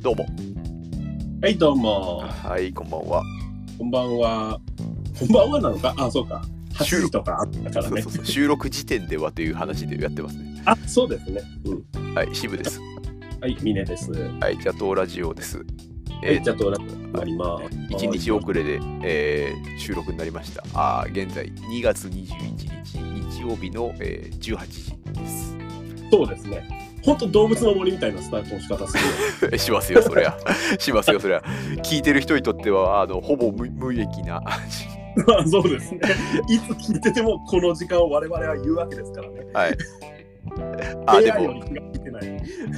どうも。 はい、どうも。 はい、こんばんは。 こんばんは。こんばんはなのか、あ、そうか。8時とかあったからね。 そう収録時点ではという話でやってますね。 あ、そうですね。 はい、渋です。 はい、ミネです。 はい、ジャトーラジオです。 はい、じゃあ、となります。 1日遅れで、収録になりました。現在2月21日日曜日の、18時です。 そうですね。本当動物の森みたいなスタートの仕方するしますよ、そりゃ。しますよ、そりゃ。聞いてる人にとっては、ほぼ無益な。 そうですね。いつ聞いてても、この時間を我々は言うわけですからね。 はい。で AI よも、 り気が利いてない。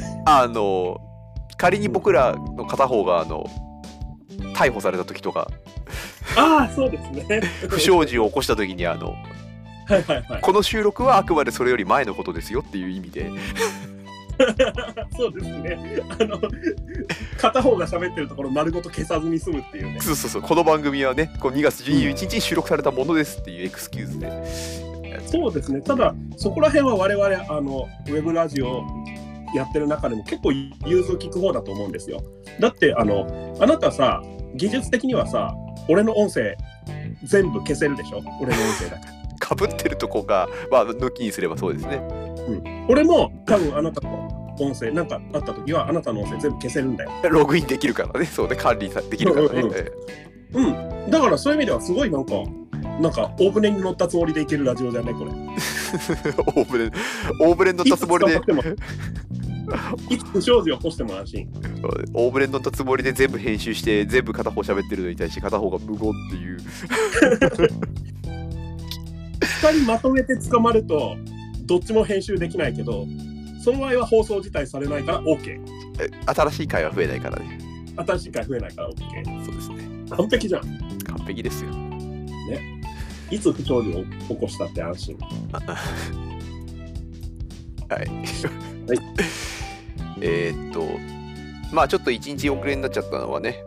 仮に僕らの片方が、逮捕された時とか、 そうですね。 不祥事を起こした時に、 はいはいはい。 この収録はあくまでそれより前のことですよっていう意味で。 そうですね。片方が喋ってるところ丸ごと消さずに済むっていうね。 そう、この番組はね、2月21日に収録されたものですっていうエクスキューズで。 そうですね。ただ、そこら辺は我々、ウェブラジオやってる中でも結構融通聞く方だと思うんですよ。だって、あなたさ、技術的にはさ、俺の音声全部消せるでしょ？俺の音声だから。 かぶってるとこが、抜きにすればそうですね。 俺も多分あなたの音声なんかあった時はあなたの音声全部消せるんだよ。 ログインできるからね。そうね、管理できるからね。 だからそういう意味ではすごいなんか大船に乗ったつもりでいけるラジオじゃないこれ。 大船に乗ったつもりで。 いつ不祥事を起こしても安心。 大船に乗ったつもりで全部編集して全部片方喋ってるのに対して片方が無言っていう。 2人まとめて捕まるとどっちも編集できないけど、その場合は放送自体されないから OK。 新しい回は増えないからね。 新しい回増えないから OK。 そうですね。 完璧じゃん。 完璧ですよね。いつ不祥事を起こしたって安心。 はい。ちょっと1日遅れになっちゃったのはね、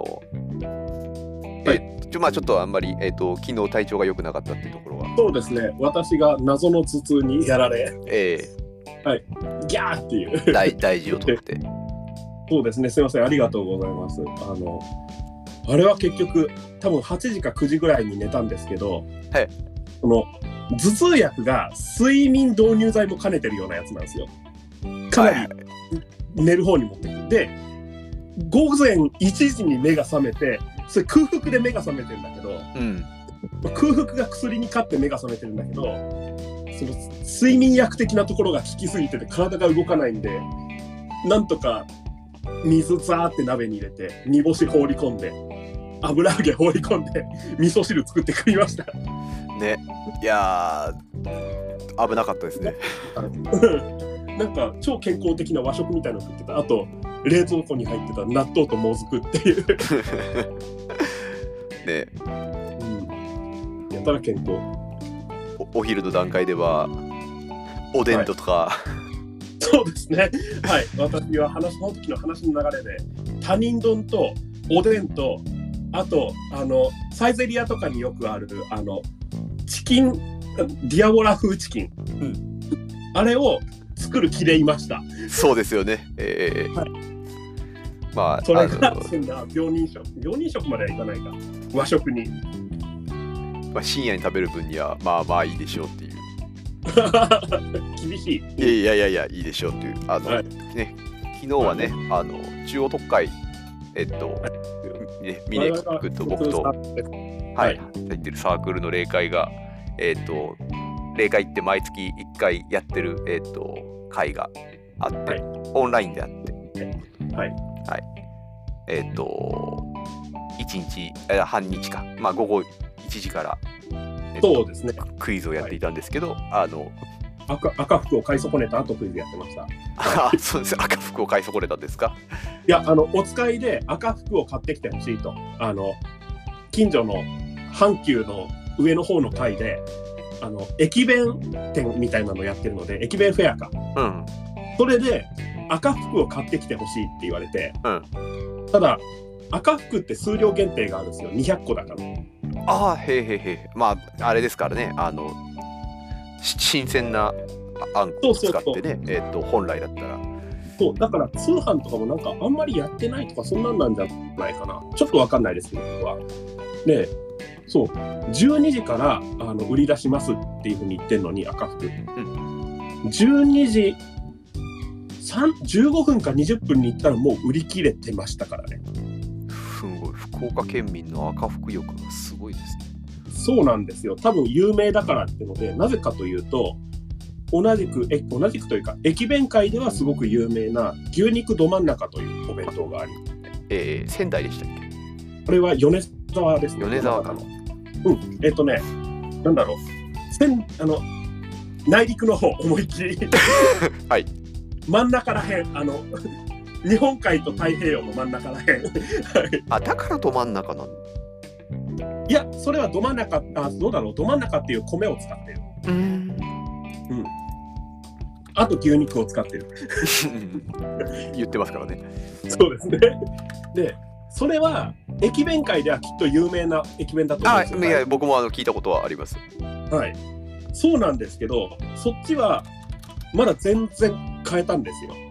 ちょっとあんまり、昨日体調が良くなかったっていうところは。 そうですね。私が謎の頭痛にやられ、はい、ギャーっていう大事を取って。 そうですね。すいません。ありがとうございます。あれは結局多分8時か9時ぐらいに寝たんですけど、 はい、 この頭痛薬が睡眠導入剤も兼ねてるようなやつなんですよ。かなり寝る方に持ってくる。で、午前1時に目が覚めて、それ空腹で目が覚めてるんだけど、空腹が薬に勝って目が覚めてるんだけど、その睡眠薬的なところが効きすぎてて体が動かないんで、なんとか水ザーって鍋に入れて煮干し放り込んで油揚げ放り込んで味噌汁作って食いましたね。いやー、危なかったですね。 なんか超健康的な和食みたいなの食ってた。あと冷蔵庫に入ってた納豆ともずくっていうね、 やたら健康。 お昼の段階ではおでんとか、 そうですね。はい。私はその時の話の流れで他人丼とおでんと、あとサイゼリヤとかによくあるチキンディアボラ風チキン、あれを作る気でいました。 そうですよね。 それが病人食まではいかないか、和食に。 深夜に食べる分にはまあいいでしょうっていう。 厳しい。 いやいいでしょうっていう。ね、昨日はね、中央特会、ミネ君と僕と入ってるサークルの例会が、例会って毎月1回やってる会があって、オンラインであって、1日半日か、午後1時から、 そうですね、 クイズをやっていたんですけど、 赤服を買い損ねた後クイズやってました。 そうです。赤服を買い損ねたんですか？ いや、お使いで赤服を買ってきてほしいと、近所の阪急の上の方の階で駅弁店みたいなのやってるので、駅弁フェアか、それで赤服を買ってきてほしいって言われて、ただ赤服って数量限定があるんですよ。200個だから。 あれですからね、新鮮なあんこを使ってね、本来だったらそう、だから通販とかもなんかあんまりやってないとか、そんなんなんじゃないかな。ちょっとわかんないですけど、僕は。で、そう、12時から売り出しますっていうふうに言ってるのに、赤服。12時15分か20分に行ったらもう売り切れてましたからね。 すごい。福岡県民の赤服欲がすごいですね。 そうなんですよ。多分有名だからってので、なぜかというと、同じくというか、駅弁界ではすごく有名な牛肉ど真ん中というお弁当があり、 仙台でしたっけ？ これは米沢ですね。 米沢かな。 なんだろう。内陸の方、思いっきり。 はい。 真ん中らへん、日本海と太平洋の真ん中らへん。 あ、だからど真ん中なんだ。 いや、それはど真ん中、どうだろう、ど真ん中っていう米を使ってる。あと牛肉を使ってる。 言ってますからね。 そうですね。で、それは駅弁界ではきっと有名な駅弁だと思うんですよ。 いや、僕も聞いたことはあります。 はい。そうなんですけど、そっちはまだ全然変えたんですよ。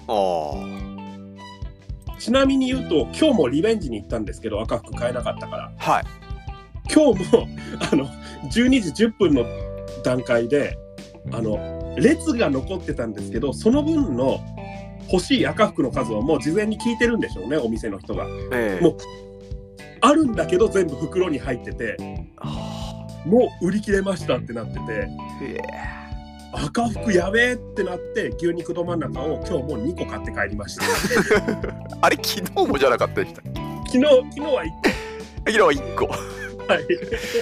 ちなみに言うと、今日もリベンジに行ったんですけど、赤服買えなかったから。 はい。 今日も12時10分の段階で列が残ってたんですけど、その分の欲しい赤服の数はもう事前に聞いてるんでしょうね、お店の人が。もうあるんだけど全部袋に入ってて、もう売り切れましたってなってて、赤服やべえってなって、牛肉ど真ん中を今日もう2個買って帰りました。 あれ、昨日もじゃなかったでしたっけ？ 昨日は1個。 昨日は1個。 はい。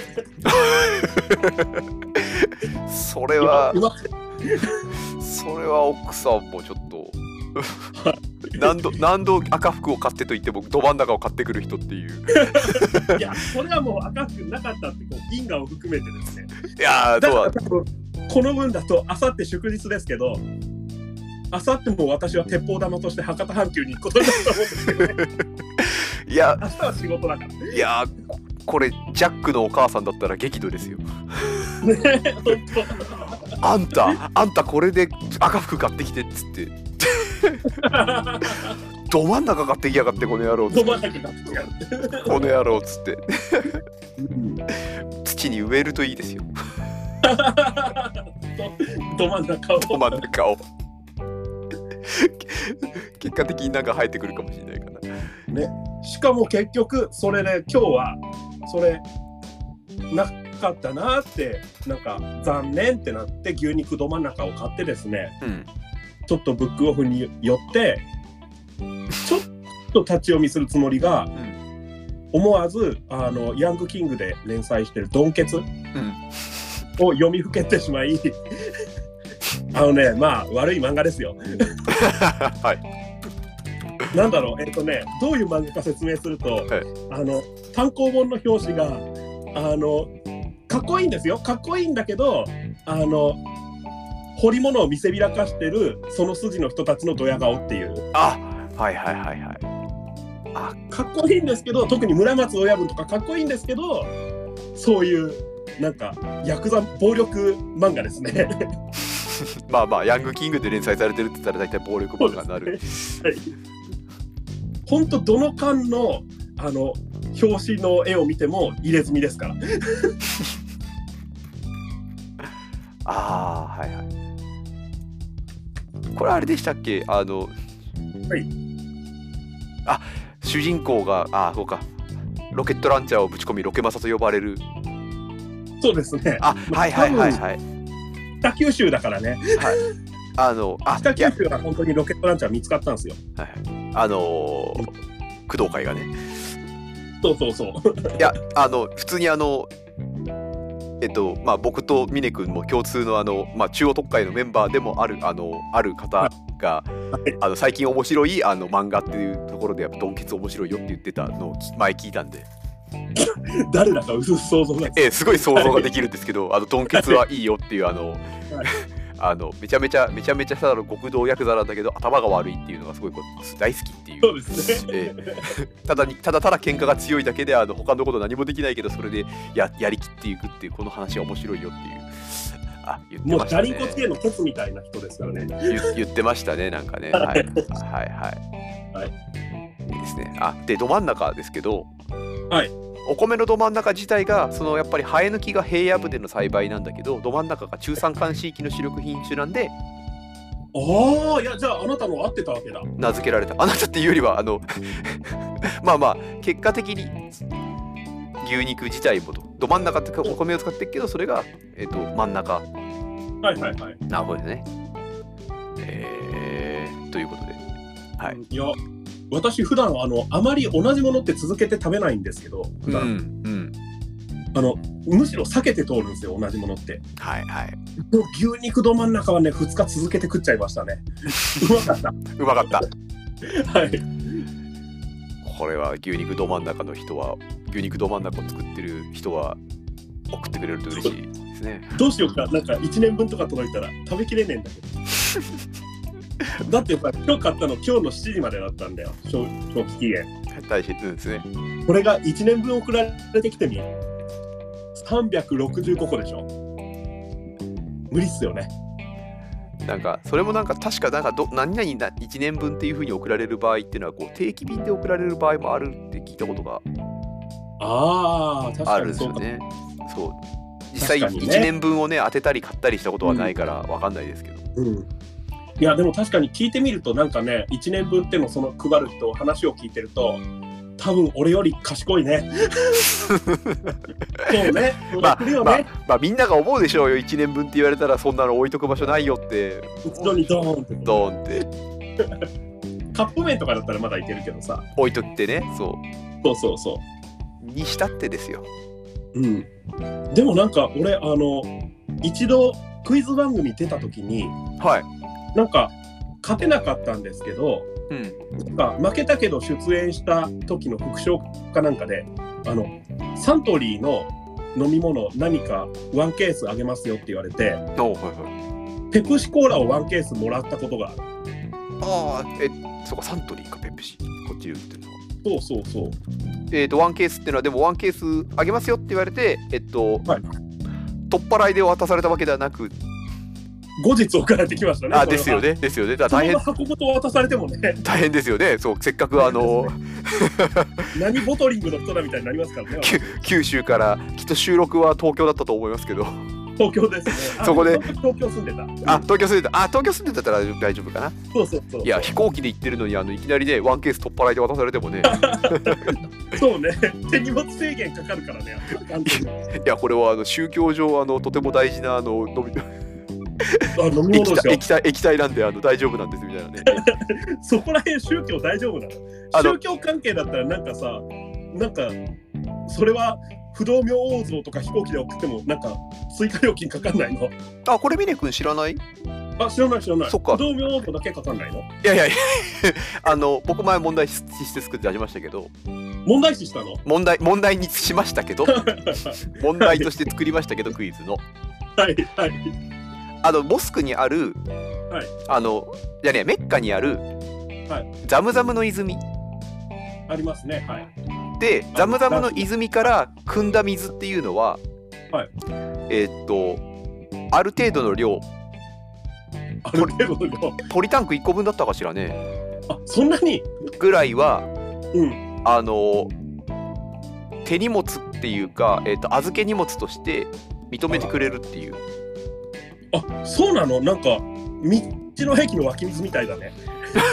それは奥さんもちょっと何度赤服を買ってと言って僕ど真ん中を買ってくる人っていう。 いや、それはもう赤服なかったって因果を含めてですね。 いやー、そうだ。 この分だとあさって祝日ですけど、あさっても私は鉄砲玉として博多阪急に行くことになると思うんですけどね。いや、明日は仕事だから。 いやー、これジャックのお母さんだったら激怒ですよ。 ね、本当。あんたこれで赤服買ってきてっつって。ど真ん中買ってきやがってこの野郎っつって。 ど真ん中買ってきやがって。 この野郎っつって。土に植えるといいですよ。 ど真ん中を。 結果的になんか生えてくるかもしれないかな。 ね。しかも結局それで今日はそれなかったなって、なんか残念ってなって牛肉ど真ん中を買ってですね、ちょっとブックオフに寄ってちょっと立ち読みするつもりが、思わずヤングキングで連載してるドンケツを読みふけてしまい、まあ悪い漫画ですよ。 はい。 なんだろう、どういう漫画か説明すると、単行本の表紙がかっこいいんですよ。かっこいいんだけど、彫り物を見せびらかしてるその筋の人たちのドヤ顔っていう。 はい。 かっこいいんですけど、特に村松親分とかかっこいいんですけど、そういうなんかヤクザ暴力漫画ですね。 まあヤングキングで連載されてるって言ったら大体暴力漫画になる。 本当、どの巻の表紙の絵を見ても入れ墨ですから。 はい。これあれでしたっけ？主人公がそうか、ロケットランチャーをぶち込みロケマサと呼ばれる。 そうですね。 はい。 北九州だからね。北九州は本当にロケットランチャー見つかったんですよ。 工藤会がね。 そう。 いや、普通に僕と峰君も共通の中央特会のメンバーでもあるある方が、最近面白い漫画っていうところでやっぱドンケツ面白いよって言ってたのを前聞いたんで。 誰だかうすうす想像がすごい想像ができるんですけど、ドンケツはいいよっていうめちゃめちゃただの極道ヤクザなんだけど頭が悪いっていうのがすごい大好きっていう。 そうですね。 ただ喧嘩が強いだけで他のこと何もできないけどそれでやりきっていくっていうこの話は面白いよっていうあ、言ってもうましたね。 チャリンコ地形のケツみたいな人ですからね。 言ってましたね、なんかね。はいはいはい。 はい。 いいですね。あ、で、ど真ん中ですけど、 はい。 お米のど真ん中自体が、そのやっぱり生え抜きが平野部での栽培なんだけど、ど真ん中が中山間地域の主力品種なんで、 ああ、いや、じゃああなたの合ってたわけだ。 名付けられた。あなたっていうよりは、まあまあ、結果的に牛肉自体もど真ん中ってお米を使ってるけど、それが、真ん中。 はいはいはい。 なるほどね。ということで。はい。 いや、私普段あまり同じものって続けて食べないんですけど、普段、むしろ避けて通るんですよ、同じものって。 はいはい。 牛肉ど真ん中はね、2日続けて食っちゃいましたね。うまかった。 うまかった。 はい。 これは牛肉ど真ん中の人は、牛肉ど真ん中を作ってる人は送ってくれると嬉しいですね。 どうしようか、なんか1年分とか届いたら食べきれねえんだけど。だってさ、今日買ったの今日の7時までだったんだよ、賞味期限。 大切ですね。 これが1年分送られてきてみ、365個でしょ。無理っすよね。 なんかそれもなんか確かなんか何々な1年分っていう風に送られる場合っていうのはこう定期便で送られる場合もあるって聞いたことがあるんですよね。そう。実際1年分をね当てたり買ったりしたことはないからわかんないですけど。 いやでも確かに聞いてみるとなんかね、1年分ってのその配る人話を聞いてると多分俺より賢いね。そうね。 まあみんなが思うでしょうよ。1年分って言われたらそんなの置いとく場所ないよって。 一度にドーンって。 ドーンって。 カップ麺とかだったらまだいけるけどさ。 置いとってね。そう。にしたってですよ。 でもなんか俺一度クイズ番組出た時に、なんか勝てなかったんですけど。なんか負けたけど出演した時の副賞かなんかでサントリーの飲み物何かワンケースあげますよって言われて、ペプシコーラをワンケースもらったことがある。 そうか、サントリーかペプシこっちで売ってるのは。そう。 ワンケースっていうのはでもワンケースあげますよって言われて取っ払いで渡されたわけではなく、 後日送られてきましたね。 ですよね。だ大変。箱ごと渡されてもね。 大変ですよね。そう、せっかく何ボトリングの人だみたいになりますからね。 九州からきっと収録は東京だったと思いますけど。 東京ですね。 そこで東京住んでた。 東京住んでたら大丈夫かな。 そう。 いや飛行機で行ってるのにいきなりねワンケース取っ払いで渡されてもね。 そうね。手荷物制限かかるからね。 いやこれは宗教上とても大事な飲み物液体なんで大丈夫なんですみたいなね。 そこら辺宗教大丈夫なの？宗教関係だったらなんかさ、なんかそれは不動明王像とか飛行機で送ってもなんか追加料金かかんないの？ これ峰君知らない？ 知らない。 そっか。 不動明王像だけかかんないの？ いや僕前問題して作ってありましたけど。 問題視したの？問題にしましたけど。問題として作りましたけどクイズの。モスクにある、メッカにある、ザムザムの泉ありますね。 でザムザムの泉から汲んだ水っていうのは、ある程度の量ポリタンク1個分だったかしらね。 そんなにぐらいは、手荷物っていうか、預け荷物として認めてくれるっていう。 そうなの？なんか道の駅の湧き水みたいだね。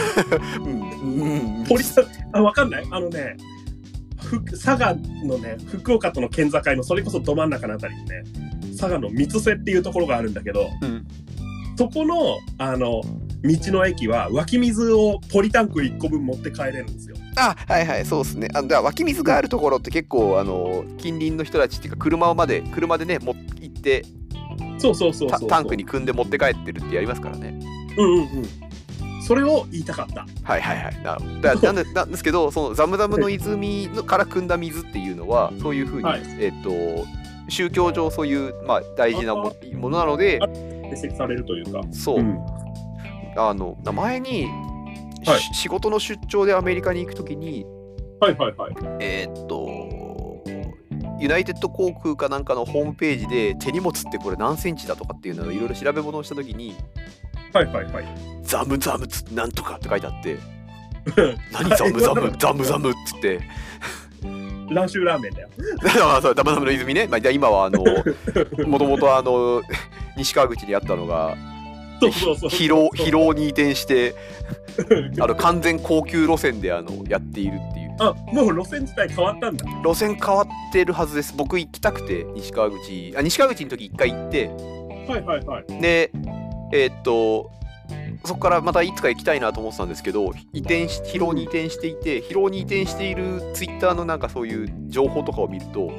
ポリタンわかんない？佐賀のね、福岡との県境のそれこそど真ん中のあたりにね、佐賀の三瀬っていうところがあるんだけど、そこの道の駅は湧き水をポリタンク1個分持って帰れるんですよ。 そうですね。湧き水があるところって結構近隣の人たちっていうか車でね行ってそうタンクに汲んで持って帰ってるってやりますからね。 それを言いたかった。 なんですけど、そのザムザムの泉から汲んだ水っていうのはそういうふうに、宗教上そういう大事なものなので指摘されるというか。 そう。前に仕事の出張でアメリカに行くときに、 ユナイテッド航空かなんかのホームページで手荷物ってこれ何センチだとかっていうのをいろいろ調べ物をしたときに、 はいはいはい。 ザムザムなんとかって書いてあって、何ザムザムザムザムっつって。 蘭州ラーメンだよ。 そうザムザムの泉ね。まあ、今はもともと西川口にあったのが疲労に移転して完全高級路線でやっているっていう。 あ、もう路線自体変わったんだ。 路線変わってるはずです。僕行きたくて西川口の時一回行って、 はいはいはい。 でそこからまたいつか行きたいなと思ってたんですけど、疲労に移転していて、疲労に移転しているツイッターのなんかそういう情報とかを見ると、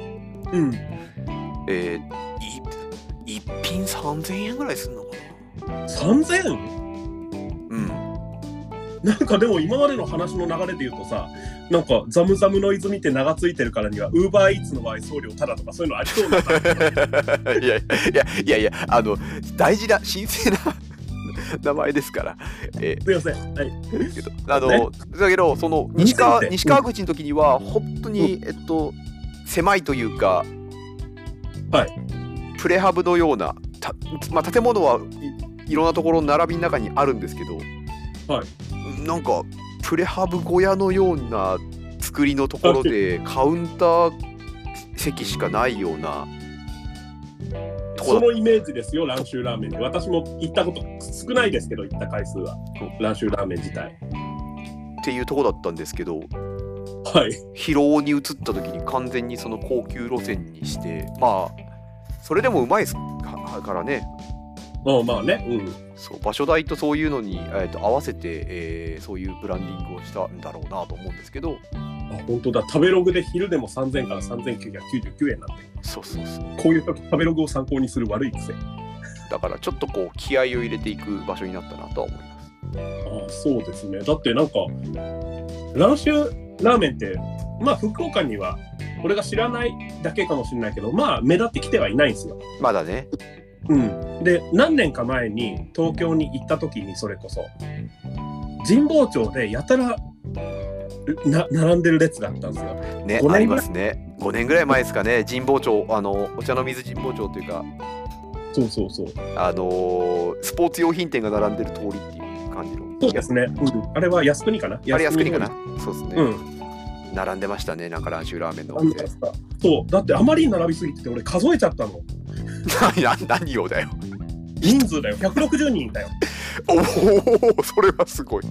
一品3000円ぐらいすんのかな。 3000円？ うん。 なんかでも今までの話の流れで言うとさ、なんかザムザムの泉って名がついてるからにはウーバーイーツの場合送料タダとかそういうのありそうないや大事な神聖な名前ですから。 すいません。はい。 だけどその西川口の時には本当に狭いというか、 はい。 プレハブのような建物はいろんなところの並びの中にあるんですけど、 はい。 なんかプレハブ小屋のような作りのところでカウンター席しかないようなそのイメージですよ、蘭州ラーメンで。私も行ったこと少ないですけど、行った回数は蘭州ラーメン自体っていうとこだったんですけど、 はい、 疲労に移った時に完全にその高級路線にして、まあそれでもうまいですからね。 まあね、 そう場所代とそういうのに、合わせて、そういうブランディングをしたんだろうなと思うんですけど。 あ、本当だ。食べログで昼でも3000から3999円なんで。 そうこういう時食べログを参考にする悪い癖。 だからちょっとこう気合を入れていく場所になったなとは思います。 そうですね。だってなんか蘭州ラーメンってまあ福岡には俺が知らないだけかもしれないけど、まあ目立ってきてはいないんですよ。 まだね。 で何年か前に東京に行った時にそれこそ神保町でやたら並んでる列があったんですよ。 ね、ありますね。5年ぐらい前ですかね。神保町お茶の水神保町というか、 そうスポーツ用品店が並んでる通りっていう感じの。 そうですね。あれは靖国かな。 あれ靖国かな。そうですね。並んでましたね。なんか蘭州ラーメンのお店。 そうだってあまりに並びすぎてて俺数えちゃったの。 何をだよ。 人数だよ。160人いたよ。 おお、それはすごい。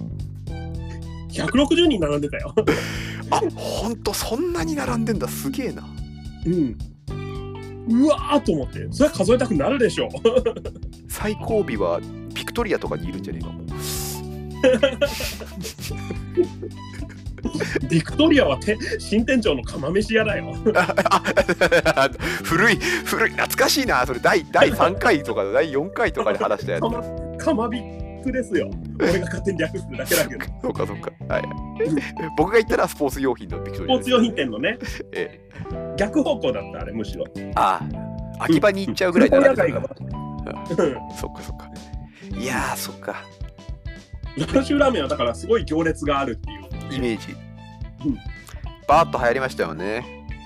160人並んでたよ。 あ、ほんとそんなに並んでんだ。すげえな。 うわーと思って、それは数えたくなるでしょ。 最後尾はビクトリアとかにいるんじゃねえかも。 ビクトリアは新店長の釜飯屋だよ。 古い懐かしいな。それ第3回とか第4回とかで話したやつ。 釜ビックですよ。俺が勝手に略すだけだけど。 そうか。はい。僕が言ったらスポーツ用品のビクトリア。 スポーツ用品店のね。逆方向だったあれむしろ。 秋葉に行っちゃうぐらいだな。そっか。いやー、そっか。 蘭州ラーメンはだからすごい行列があるっていうイメージ。バーッと流行りましたよね。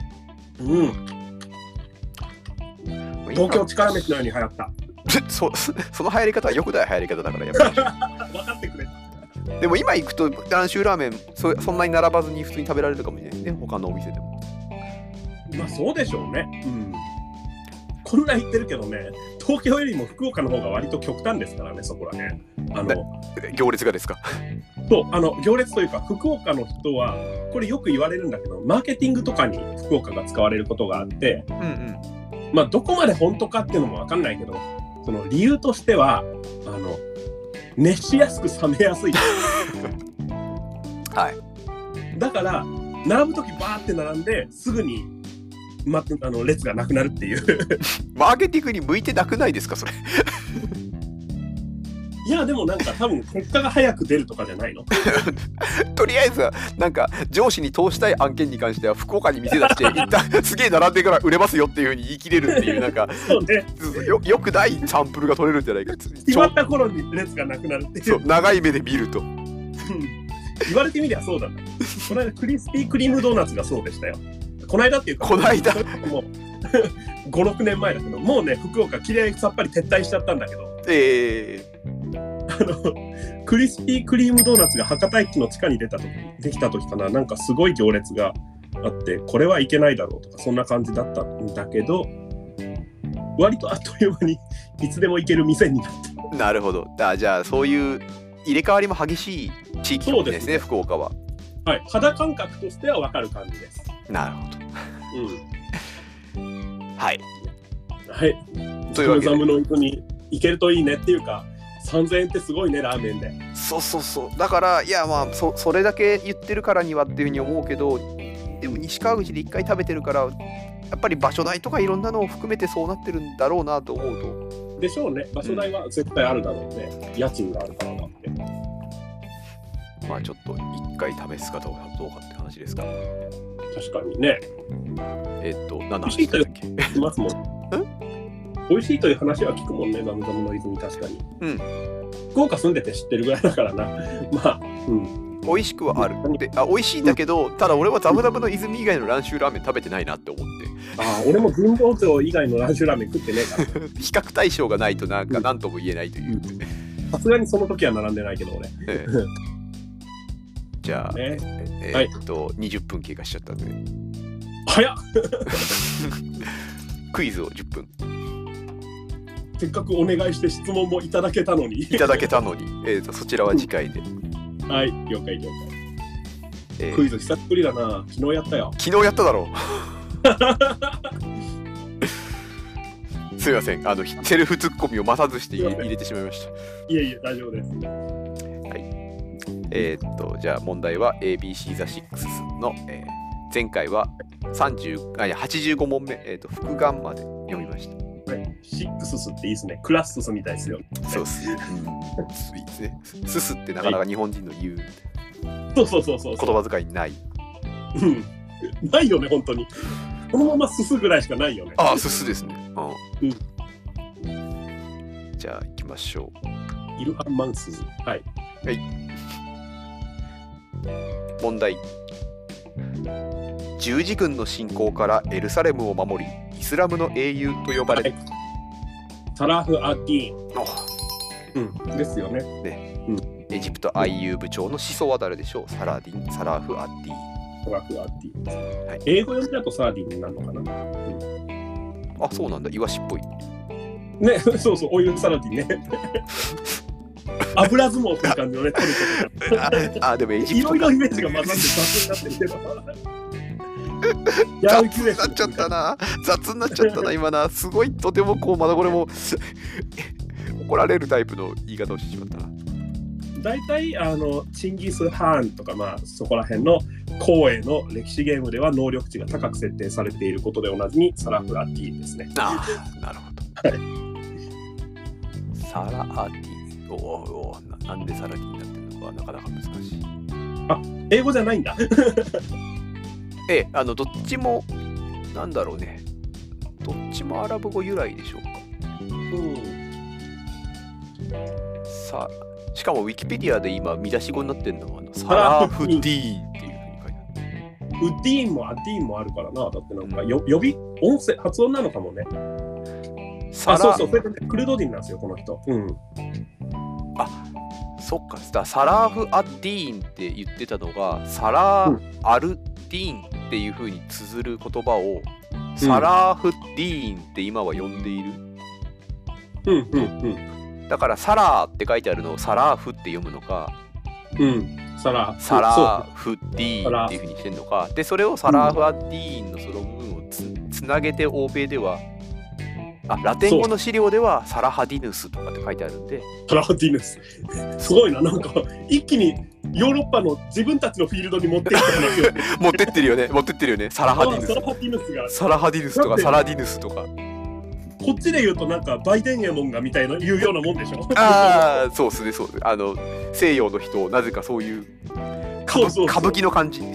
東京力飯のように流行った。 その流行り方はよくない流行り方だからやっぱり。 分かってくれ。 でも今行くと蘭州ラーメンそんなに並ばずに普通に食べられるかもしれないね。他のお店でも。 まあそうでしょうね。こんな言ってるけどね、東京よりも福岡の方が割と極端ですからね、そこらね。 行列がですか？ そう行列というか福岡の人はこれよく言われるんだけど、マーケティングとかに福岡が使われることがあって、まあどこまで本当かっていうのも分かんないけど、その理由としては熱しやすく冷めやすい。 はい。 だから並ぶときバーって並んですぐに、列がなくなるっていう。 マーケティングに向いてなくないですかそれ？ いやでもなんか多分結果が早く出るとかじゃないの？ とりあえずなんか上司に通したい案件に関しては福岡に店出して一旦すげえ並んでから売れますよっていう風に言い切れるっていうなんかそうね、 よくないサンプルが取れるんじゃないか。 決まった頃に列がなくなるっていう。 そう長い目で見ると。 言われてみりゃそうだな。この間クリスピークリームドーナツがそうでしたよ。 この間っていうか、 この間もう5、6年前だけど、もうね、福岡きれいさっぱり撤退しちゃったんだけど、クリスピークリームドーナツが博多駅の地下にできた時かな、なんかすごい行列があって、これはいけないだろうとか、そんな感じだったんだけど、割とあっという間にいつでも行ける店になった。 なるほど。じゃあそういう入れ替わりも激しい地域ですね、福岡は。 はい、肌感覚としては分かる感じです。 なるほど。はい。 はい。というわけで、ザムの糸に行けるといいねっていうか、3000円ってすごいね、ラーメンで。 そう。だから、いや、まあそれだけ言ってるからにはっていうふうに思うけど、でも西川口で1回食べてるから、やっぱり場所代とかいろんなのを含めてそうなってるんだろうなと思うと。 でしょうね。場所代は絶対あるだろうね。家賃があるからだって。 まあちょっと1回試すかどうかって話ですか。 確かにね。 何の話だっけ？ 聞きますもん。美味しいという話は聞くもんね、ザムザムの泉、確かに。福岡住んでて知ってるぐらいだからな。まあ、 美味しくはある。で、美味しいんだけど、ただ俺はザムザムの泉以外の蘭州ラーメン食べてないなって思って。 俺も神保町以外の蘭州ラーメン食ってねえから。 比較対象がないと何とも言えないという。 さすがにその時は並んでないけど俺。 じゃあ、20分経過しちゃったんで。 早っクイズを10分。 せっかくお願いして質問もいただけたのに。 そちらは次回で。 はい、了解。クイズ久しぶりだな。昨日やったよ。 昨日やっただろう。すいません、セルフツッコミを待たずして入れてしまいました。 いえ、大丈夫です。 はい。じゃあ問題は ABC The Six の、前回は85問目、復顔まで読みました。 はい、シックススっていいですね。クラッススみたいですよ。 そうっす。いいですね。ススってなかなか日本人の言う。 そう。言葉遣いない。 ないよね、本当に。このままススぐらいしかないよね。 ススですね。じゃあ行きましょう。イルハンマンスズ。はい。 問題。十字軍の侵攻からエルサレムを守り、イスラムの英雄と呼ばれる、 サラフ・アッディーン。ですよね。 エジプト IU 部長の始祖は誰でしょう？サラフ・アッディーン。 サラフ・アッディーン。はい、英語読みだとサラディンになるのかな。 そうなんだ。イワシっぽい。 ね、そう、オイルサラディンね。油相撲っていう感じのね、取ることが。 でもエジプトいろいろイメージが混ざって雑になってるけど。 雑になっちゃったな。雑になっちゃったな、今な。すごい、とてもまだこれも怒られるタイプの言い方をしてしまったな。 大体チンギス・ハーンとか、そこら辺の光栄の歴史ゲームでは能力値が高く設定されていることでおなじみ、サラフ・アッディーンですね。 なるほど。はい、サラ・アッディーン。なんでサラディになってるのかなかなか難しい。 英語じゃないんだ。 どっちもなんだろうね。どっちもアラブ語由来でしょうか。さあ、しかもウィキペディアで今見出し語になってるのはサラフディーンっていうふうに書いてある。 ウッディーンもアッディーンもあるからな。だってなんか呼び音声発音なのかもね。そうそれでクルド人なんですよこの人。 そっか。サラーフ・アッディーンって言ってたのがサラー・アルディーンっていう風に綴る言葉を、サラーフ・ディーンって今は呼んでいる。だからサラーって書いてあるのをサラーフって読むのか、サラーフ・ディーンっていう風にしてるのかで、それをサラーフ・アッディーンのその部分をつなげて欧米ではラテン語の資料ではサラハディヌスとかって書いてあるんで。 サラハディヌス。すごいな。なんか一気にヨーロッパの自分たちのフィールドに持っていった話を持ってってるよね。サラハディヌス。 サラハディヌスが。 サラハディヌスとかサラディヌスとか。 こっちで言うとなんかバイデンエモンがみたいな言うようなもんでしょ。 そうですね。西洋の人なぜかそういう歌舞伎の感じ。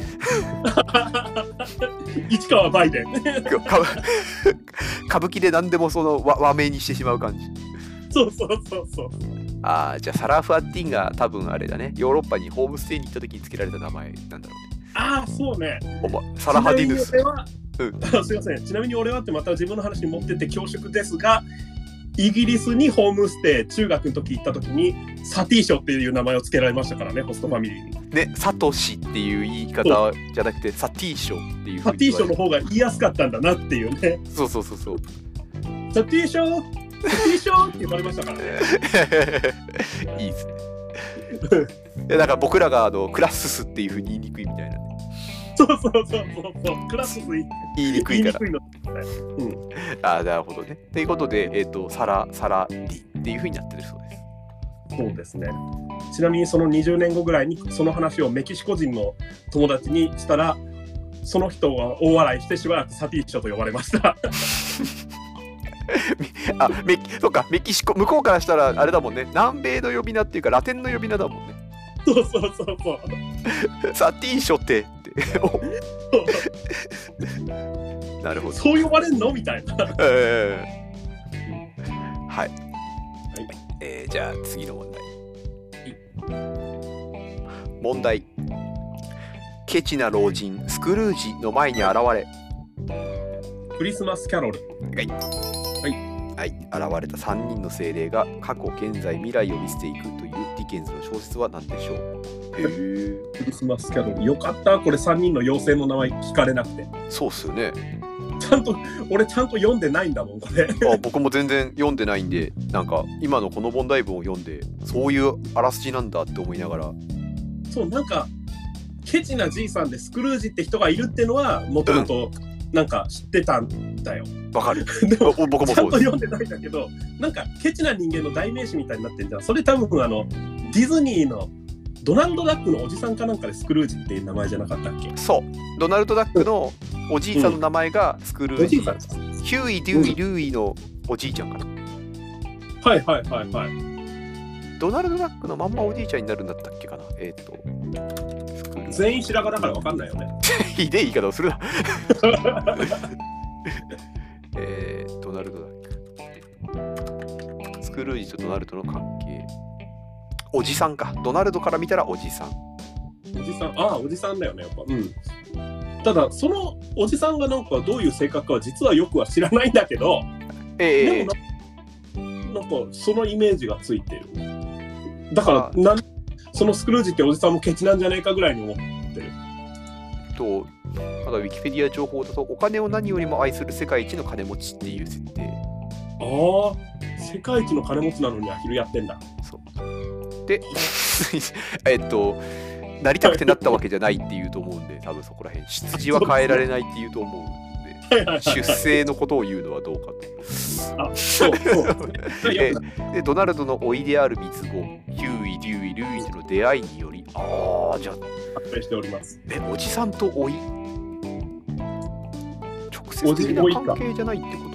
市川バイデン。 歌舞伎で何でもその和名にしてしまう感じ。 そう。 じゃあサラフ・アッディンが多分あれだね。ヨーロッパにホームステイに行った時に付けられた名前なんだろうね。 そうね。 サラハディヌス。 すいません。ちなみに俺はってまた自分の話に持ってって恐縮ですが、イギリスにホームステイ、中学の時行った時に、サティーショっていう名前を付けられましたからね、ホストファミリーに。 ね、サトシっていう言い方じゃなくて、サティーショっていう。 サティーショの方が言いやすかったんだなっていうね。 そう。 サティーショって言われましたからね。 いいですね。だから僕らがクラススっていう風に言いにくいみたいなね。 そう。クラスス言いにくいから。 の。 ああ、なるほどね。ということで、サラリっていう風になってるそうです。 そうですね。ちなみにその20年後ぐらいにその話をメキシコ人の友達にしたら、その人は大笑いしてしばらくサティーショと呼ばれました。 そっか、メキシコ、向こうからしたらあれだもんね、南米の呼び名っていうかラテンの呼び名だもんね。 そう。 サティーショってなるほど。 そう呼ばれんのみたいな。 はい。じゃあ次の問題。ケチな老人スクルージの前に現れ、 クリスマスキャロル。 はい、現れた3人の精霊が過去、現在、未来を見せていくというディケンズの小説は何でしょう？ クリスマスキャロル。よかった、これ3人の妖精の名前聞かれなくて。 そうっすよね。 俺ちゃんと読んでないんだもん、これ。 僕も全然読んでないんで、なんか今のこの問題文を読んで、そういうあらすじなんだって思いながら。 そう、なんかケチなじいさんでスクルージって人がいるってのはもともとなんか知ってたんだよ。 わかる。 でも僕もそうです。 ちゃんと読んでないんだけど、なんかケチな人間の代名詞みたいになってるじゃん。それ多分ディズニーのドナルド・ダックのおじさんかなんかでスクルージっていう名前じゃなかったっけ？ そう、ドナルド・ダックのおじいさんの名前がスクルージ、ヒューイ・デューイ・ルーイのおじいちゃんかな。 はい。 ドナルド・ダックのまんまおじいちゃんになるんだったっけかな。 全員白髪だから分かんないよね。 ひでえ言い方をするな。ドナルド・ダック、スクルージとドナルドの関係、おじさんか。ドナルドから見たらおじさん。 おじさんだよね、やっぱ。ただそのおじさんがなんかどういう性格かは実はよくは知らないんだけど、でもなんかそのイメージがついてる。だからそのスクルージっておじさんもケチなんじゃないかぐらいに思ってる。 ただウィキペディア情報だと、お金を何よりも愛する世界一の金持ちっていう設定。 世界一の金持ちなのにアヒルやってんだ。 そうでなりたくてなったわけじゃないっていうと思うんで、多分そこら辺出自は変えられないっていうと思うんで、出生のことを言うのはどうかと。でドナルドの甥である三つ子、ヒューイ、デューイ、ルーイとの出会いにより、じゃあ発表しております。 おじさんと甥、直接的な関係じゃないってこと？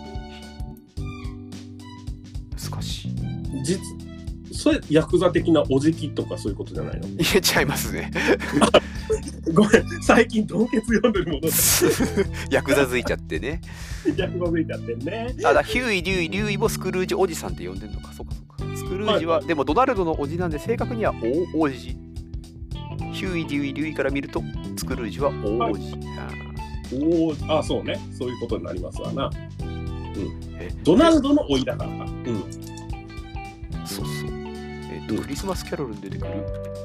難しい。 それヤクザ的なおじきとかそういうことじゃないの？ 違いますね。 ごめん、最近ドンケツ読んでるものヤクザづいちゃってね。 ヤクザづいちゃってね。 ヒューイ、デューイ、リュウイもスクルージおじさんって呼んでるのか。そうか。スクルージは、でもドナルドのおじなんで、正確には大おじ。ヒューイ、デューイ、リュウイから見るとスクルージは大おじ。 そうね、そういうことになりますわな。ドナルドの甥だからか。 そう。クリスマスキャロルに出てくる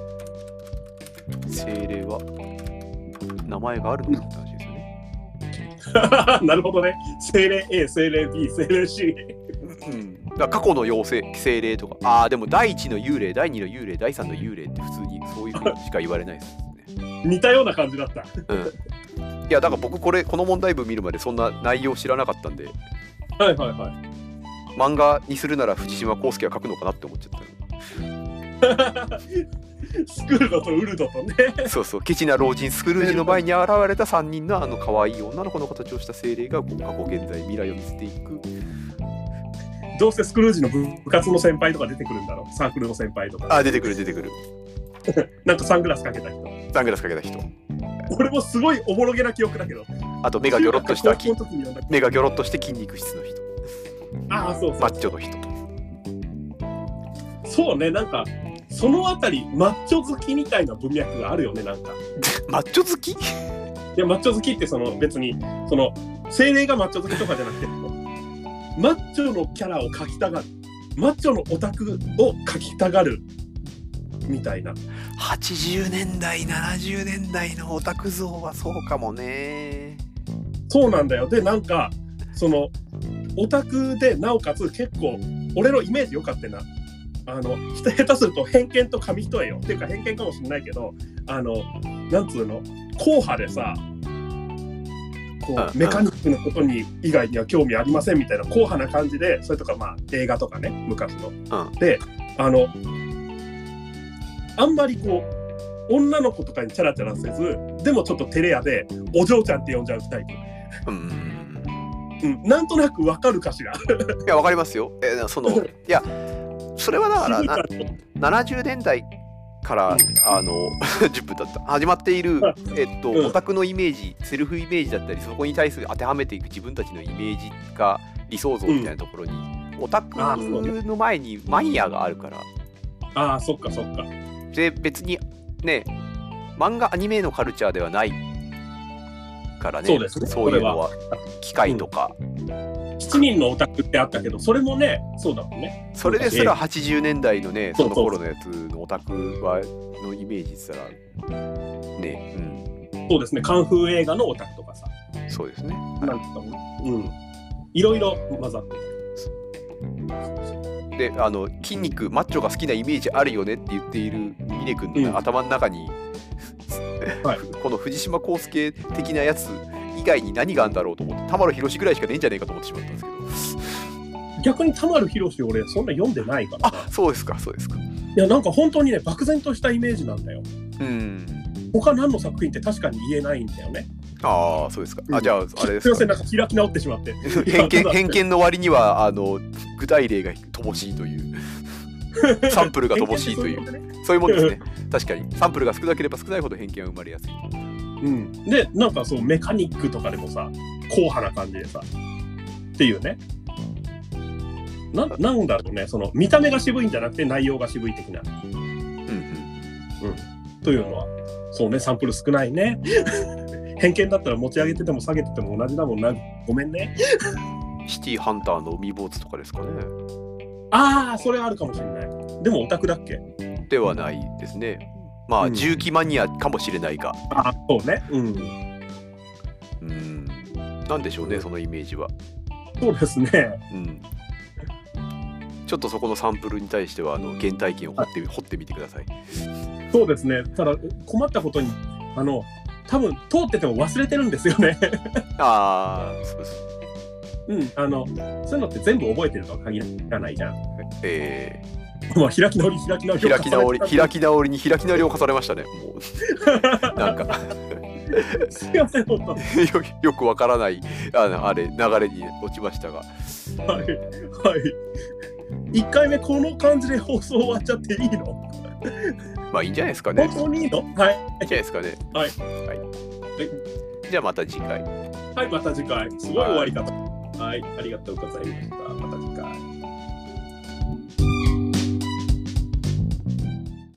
精霊は名前があるのかって話ですよね。 なるほどね。精霊 A、精霊 B、精霊 C。 だ過去の妖精、精霊とか。でも第1の幽霊、第2の幽霊、第3の幽霊って普通にそういうふうにしか言われないですね。 似たような感じだった。 いや、だから僕この問題文見るまでそんな内容知らなかったんで。漫画にするなら藤島康介は書くのかなって思っちゃった。 スクルドとウルドとね。 そう、ケチな老人スクルージの前に現れた3人の可愛い女の子の形をした精霊が過去、現在、未来を見せていく。 どうせスクルージの部活の先輩とか出てくるんだろう。サークルの先輩とか。 出てくる。 なんかサングラスかけた人。俺もすごいおぼろげな記憶だけど。 あと目がギョロッとして筋肉質の人。 そう。 マッチョの人。 そうね、なんかそのあたりマッチョ好きみたいな文脈があるよね、なんか。 マッチョ好き？ や、マッチョ好きって別に精霊がマッチョ好きとかじゃなくて、マッチョのキャラを描きたがる、マッチョのオタクを描きたがるみたいな。 80年代70年代のオタク像はそうかもね。 そうなんだよ。でなんかオタクでなおかつ結構俺のイメージ良かったな。下手すると偏見と紙一重よっていうか偏見かもしれないけど、なんつうの、硬派でさ、こうメカニックのことに以外には興味ありませんみたいな硬派な感じで、それとかまあ映画とかね、昔の、であんまりこう女の子とかにチャラチャラせず、でもちょっと照れ屋でお嬢ちゃんって呼んじゃうタイプ。なんとなくわかるかしら。いや、わかりますよ。いや、それはだから70年代から10分だった始まっている、オタクのイメージ、セルフイメージだったり、そこに対する当てはめていく自分たちのイメージが理想像みたいなところに、オタクの前にマニアがあるから。 ああ、そっかそっか。 で別にね、漫画アニメのカルチャーではないからね。 そうですね。 そういうのは機械とか、 7人のオタクってあったけど、それもね、そうだもんね。 それですら80年代のね、その頃のやつのオタクのイメージしたらね、 そうですね。カンフー映画のオタクとかさ。 そうですね。 なんかいろいろ混ざってる。 で筋肉マッチョが好きなイメージあるよねって言っている峰君の頭の中に、この藤島康介的なやつ以外に何があるんだろうと思って、田丸宏ぐらいしかねえんじゃねえかと思ってしまったんですけど、 逆に田丸宏俺そんな読んでないから。 あ、そうですかそうですか。 いや、なんか本当にね、漠然としたイメージなんだよ。他何の作品って確かに言えないんだよね。 ああ、そうですか。じゃああれですか。 すいません、なんか開き直ってしまって。 偏見の割には具体例が乏しいというサンプルが乏しいというそういうもんですね。確かにサンプルが少なければ少ないほど偏見は生まれやすい。 でなんかメカニックとかでもさ、硬派な感じでさっていうね。なんだろうね、見た目が渋いんじゃなくて内容が渋い的な。というのはそうね、サンプル少ないね。偏見だったら持ち上げてても下げてても同じだもんな。ごめんね。 シティハンターの海坊主とかですかね。 ああ、それあるかもしれない。でもオタクだっけ？ ではないですね。まあ、重機マニアかもしれないが。 あ、そうね。 なんでしょうね、そのイメージは。 そうですね。 ちょっとそこのサンプルに対しては原体験を掘ってみてください。 そうですね。ただ困ったことに多分通ってても忘れてるんですよね。 ああ、そうです。 そういうのって全部覚えてるとは限らないじゃん。まあ開き直りに開き直りを重ねましたね。もうなんかすいません、本当よくわからない流れに落ちましたが。 はい1回目この感じで放送終わっちゃっていいの？ まあいいんじゃないですかね。 本当にいいの？はい。いいんじゃないですかね。 はい。 じゃあまた次回。 はい、また次回。すごい終わり方。はい、ありがとうございました。また次回。